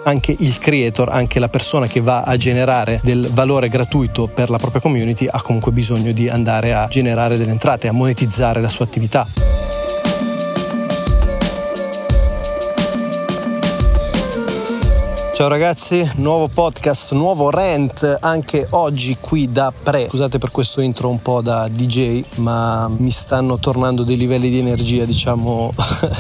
anche il creator, anche la persona che va a generare del valore gratuito per la propria community ha comunque bisogno di andare a generare delle entrate, a monetizzare la sua attività. Ciao ragazzi, nuovo podcast, nuovo rant anche oggi qui da Pre. Scusate per questo intro un po' da DJ, ma mi stanno tornando dei livelli di energia, diciamo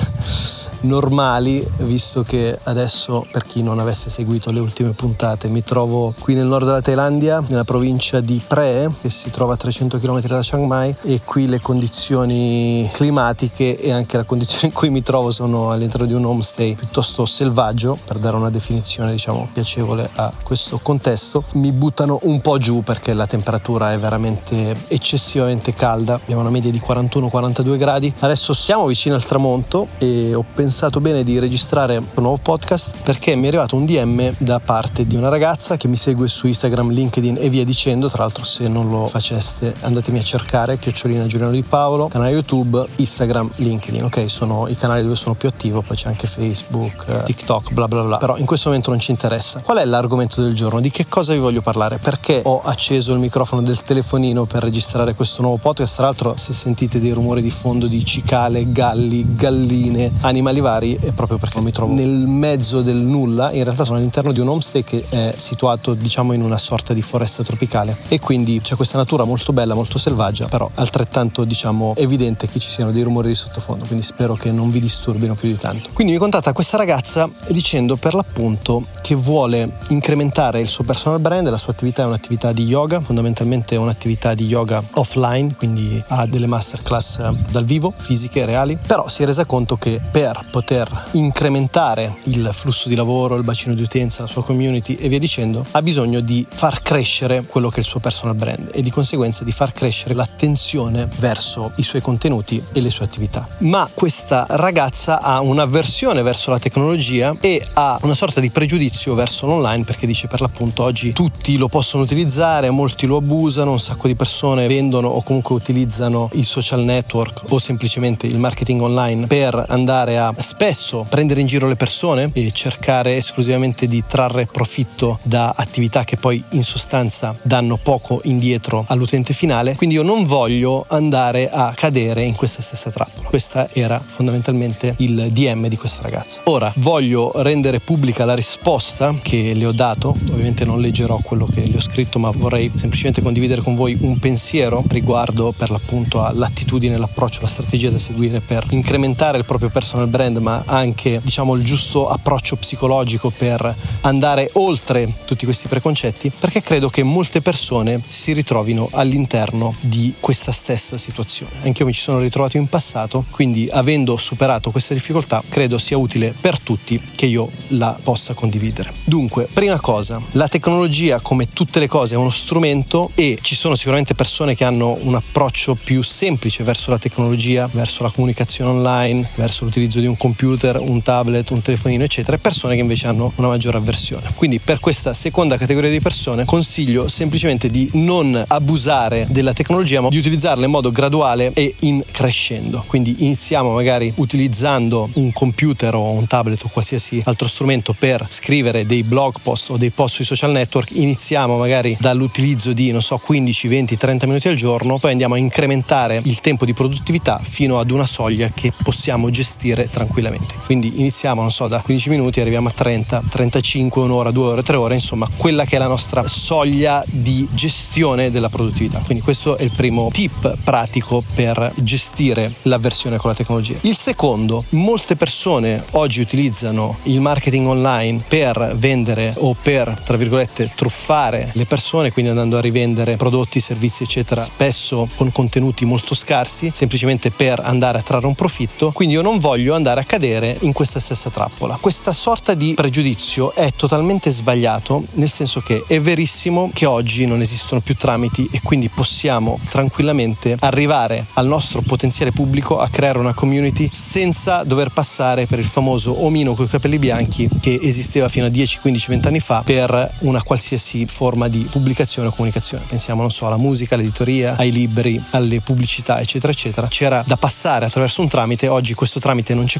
normali, visto che adesso, per chi non avesse seguito le ultime puntate, mi trovo qui nel nord della Thailandia, nella provincia di Pre, che si trova a 300 km da Chiang Mai, e qui le condizioni climatiche e anche la condizione in cui mi trovo sono all'interno di un homestay piuttosto selvaggio, per dare una definizione diciamo piacevole a questo contesto. Mi buttano un po' giù perché la temperatura è veramente eccessivamente calda, abbiamo una media di 41-42 gradi. Adesso siamo vicino al tramonto e ho pensato bene di registrare un nuovo podcast perché mi è arrivato un DM da parte di una ragazza che mi segue su Instagram, LinkedIn e via dicendo. Tra l'altro, se non lo faceste, andatemi a cercare @Giuliano Di Paolo, canale YouTube, Instagram, LinkedIn, ok? Sono i canali dove sono più attivo, poi c'è anche Facebook, TikTok, bla bla bla, però in questo momento non ci interessa. Qual è l'argomento del giorno? Di che cosa vi voglio parlare? Perché ho acceso il microfono del telefonino per registrare questo nuovo podcast? Tra l'altro, se sentite dei rumori di fondo di cicale, galli, galline, animali vari, è proprio perché mi trovo nel mezzo del nulla. In realtà sono all'interno di un homestay che è situato diciamo in una sorta di foresta tropicale e quindi c'è questa natura molto bella, molto selvaggia, però altrettanto diciamo evidente che ci siano dei rumori di sottofondo, quindi spero che non vi disturbino più di tanto. Quindi mi contatta questa ragazza dicendo per l'appunto che vuole incrementare il suo personal brand. La sua attività è un'attività di yoga, fondamentalmente è un'attività di yoga offline, quindi ha delle masterclass dal vivo, fisiche, reali, però si è resa conto che per poter incrementare il flusso di lavoro, il bacino di utenza, la sua community e via dicendo, ha bisogno di far crescere quello che è il suo personal brand e di conseguenza di far crescere l'attenzione verso i suoi contenuti e le sue attività. Ma questa ragazza ha un'avversione verso la tecnologia e ha una sorta di pregiudizio verso l'online, perché dice per l'appunto oggi tutti lo possono utilizzare, molti lo abusano, un sacco di persone vendono o comunque utilizzano i social network o semplicemente il marketing online per andare a spesso prendere in giro le persone e cercare esclusivamente di trarre profitto da attività che poi in sostanza danno poco indietro all'utente finale. Quindi io non voglio andare a cadere in questa stessa trappola. Questa era fondamentalmente il DM di questa ragazza. Ora voglio rendere pubblica la risposta che le ho dato. Ovviamente non leggerò quello che le ho scritto, ma vorrei semplicemente condividere con voi un pensiero riguardo per l'appunto all'attitudine, l'approccio, la strategia da seguire per incrementare il proprio personal brand, ma anche diciamo il giusto approccio psicologico per andare oltre tutti questi preconcetti, perché credo che molte persone si ritrovino all'interno di questa stessa situazione. Anch'io mi ci sono ritrovato in passato, quindi avendo superato questa difficoltà credo sia utile per tutti che io la possa condividere. Dunque, prima cosa, la tecnologia come tutte le cose è uno strumento e ci sono sicuramente persone che hanno un approccio più semplice verso la tecnologia, verso la comunicazione online, verso l'utilizzo di un computer, un tablet, un telefonino eccetera, e persone che invece hanno una maggiore avversione. Quindi per questa seconda categoria di persone consiglio semplicemente di non abusare della tecnologia, ma di utilizzarla in modo graduale e in crescendo. Quindi iniziamo magari utilizzando un computer o un tablet o qualsiasi altro strumento per scrivere dei blog post o dei post sui social network. Iniziamo magari dall'utilizzo di 15, 20, 30 minuti al giorno, poi andiamo a incrementare il tempo di produttività fino ad una soglia che possiamo gestire tranquillamente. Quindi iniziamo da 15 minuti, arriviamo a 30, 35, un'ora, 2 ore, 3 ore, insomma quella che è la nostra soglia di gestione della produttività. Quindi questo è il primo tip pratico per gestire l'avversione con la tecnologia. Il secondo, molte persone oggi utilizzano il marketing online per vendere o per, tra virgolette, truffare le persone, quindi andando a rivendere prodotti, servizi eccetera, spesso con contenuti molto scarsi, semplicemente per andare a trarre un profitto. Quindi io non voglio andare a cadere in questa stessa trappola. Questa sorta di pregiudizio è totalmente sbagliato, nel senso che è verissimo che oggi non esistono più tramiti e quindi possiamo tranquillamente arrivare al nostro potenziale pubblico, a creare una community senza dover passare per il famoso omino coi capelli bianchi che esisteva fino a 10, 15, 20 anni fa per una qualsiasi forma di pubblicazione o comunicazione. Pensiamo, alla musica, all'editoria, ai libri, alle pubblicità eccetera eccetera. C'era da passare attraverso un tramite, oggi questo tramite non c'è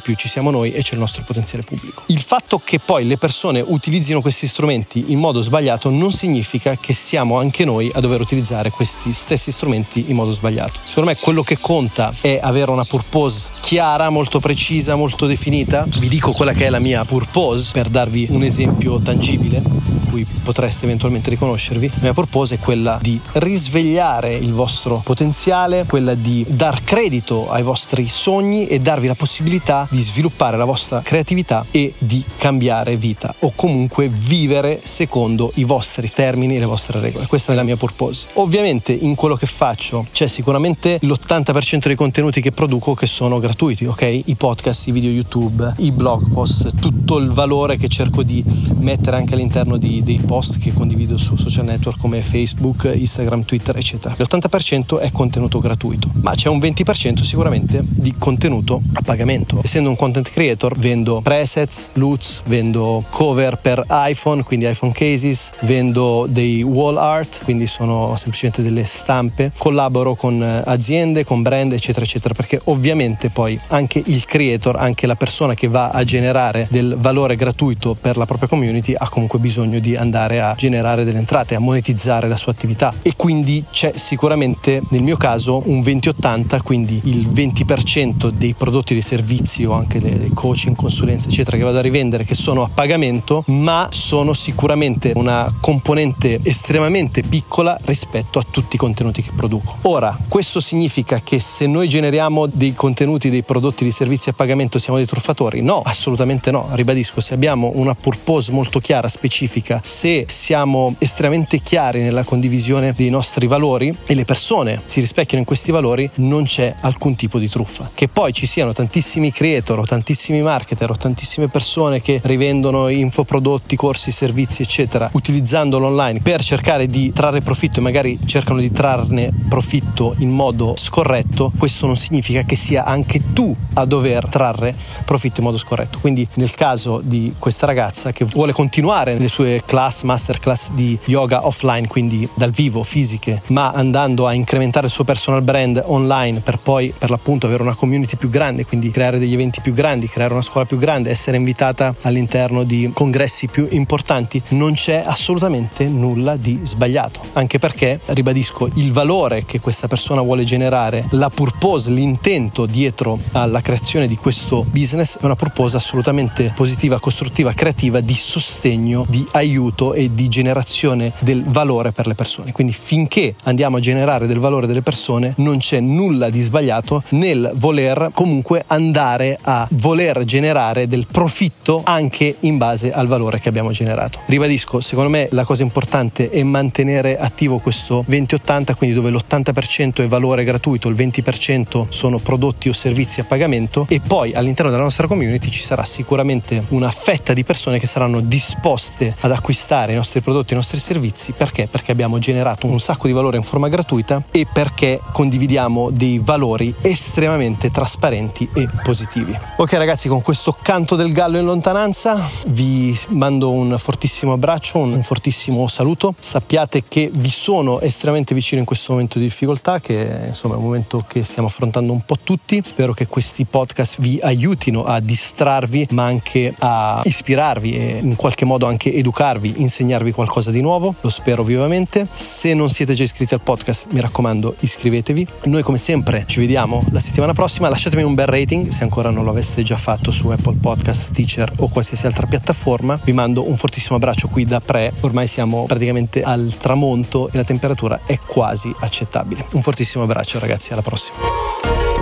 più ci siamo noi e c'è il nostro potenziale pubblico. Il fatto che poi le persone utilizzino questi strumenti in modo sbagliato non significa che siamo anche noi a dover utilizzare questi stessi strumenti in modo sbagliato. Secondo me quello che conta è avere una purpose chiara, molto precisa, molto definita. Vi dico quella che è la mia purpose per darvi un esempio tangibile in cui potreste eventualmente riconoscervi. La mia purpose è quella di risvegliare il vostro potenziale, quella di dar credito ai vostri sogni e darvi la possibilità di sviluppare la vostra creatività e di cambiare vita o comunque vivere secondo i vostri termini e le vostre regole. Questa è la mia purpose. Ovviamente in quello che faccio c'è sicuramente l'80% dei contenuti che produco che sono gratuiti, ok? I podcast, i video YouTube, i blog post, tutto il valore che cerco di mettere anche all'interno dei post che condivido su social network come Facebook, Instagram, Twitter, eccetera. L'80% è contenuto gratuito, ma c'è un 20% sicuramente di contenuto a pagamento. Essendo un content creator, vendo presets, LUTs, vendo cover per iPhone, quindi iPhone cases, vendo dei wall art, quindi sono semplicemente delle stampe, collaboro con aziende, con brand, eccetera, eccetera, perché ovviamente poi anche il creator, anche la persona che va a generare del valore gratuito per la propria community ha comunque bisogno di andare a generare delle entrate, a monetizzare la sua attività, e quindi c'è sicuramente nel mio caso un 20-80, quindi il 20% dei prodotti, dei servizi o anche le coaching, consulenze eccetera che vado a rivendere che sono a pagamento, ma sono sicuramente una componente estremamente piccola rispetto a tutti i contenuti che produco. Ora, questo significa che se noi generiamo dei contenuti, dei prodotti, dei servizi a pagamento siamo dei truffatori? No, assolutamente no. Ribadisco, se abbiamo una purpose molto chiara, specifica, se siamo estremamente chiari nella condivisione dei nostri valori e le persone si rispecchiano in questi valori, non c'è alcun tipo di truffa. Che poi ci siano tantissimi creator o tantissimi marketer o tantissime persone che rivendono infoprodotti, corsi, servizi eccetera utilizzandolo online per cercare di trarre profitto e magari cercano di trarne profitto in modo scorretto, questo non significa che sia anche tu a dover trarre profitto in modo scorretto. Quindi nel caso di questa ragazza che vuole continuare le sue masterclass di yoga offline, quindi dal vivo, fisiche, ma andando a incrementare il suo personal brand online per poi per l'appunto avere una community più grande, quindi creare degli eventi più grandi, creare una scuola più grande, essere invitata all'interno di congressi più importanti, non c'è assolutamente nulla di sbagliato, anche perché, ribadisco, il valore che questa persona vuole generare, la purpose, l'intento dietro alla creazione di questo business è una purpose assolutamente positiva, costruttiva, creativa, di sostegno, di aiuto e di generazione del valore per le persone. Quindi finché andiamo a generare del valore delle persone non c'è nulla di sbagliato nel voler comunque andare a voler generare del profitto anche in base al valore che abbiamo generato. Ribadisco, secondo me la cosa importante è mantenere attivo questo 20-80, quindi dove l'80% è valore gratuito, il 20% sono prodotti o servizi a pagamento, e poi all'interno della nostra community ci sarà sicuramente una fetta di persone che saranno disposte ad acquistare i nostri prodotti, i nostri servizi. Perché? Perché abbiamo generato un sacco di valore in forma gratuita e perché condividiamo dei valori estremamente trasparenti e positivi. Ok ragazzi, con questo canto del gallo in lontananza vi mando un fortissimo abbraccio, un fortissimo saluto. Sappiate che vi sono estremamente vicino in questo momento di difficoltà, che insomma è un momento che stiamo affrontando un po' tutti. Spero che questi podcast vi aiutino a distrarvi ma anche a ispirarvi e in qualche modo anche educarvi, insegnarvi qualcosa di nuovo, lo spero vivamente. Se non siete già iscritti al podcast, mi raccomando, iscrivetevi. Noi come sempre ci vediamo la settimana prossima. Lasciatemi un bel rating se ancora non lo aveste già fatto su Apple Podcast, Stitcher o qualsiasi altra piattaforma. Vi mando un fortissimo abbraccio qui da Pre, ormai siamo praticamente al tramonto e la temperatura è quasi accettabile. Un fortissimo abbraccio ragazzi, alla prossima.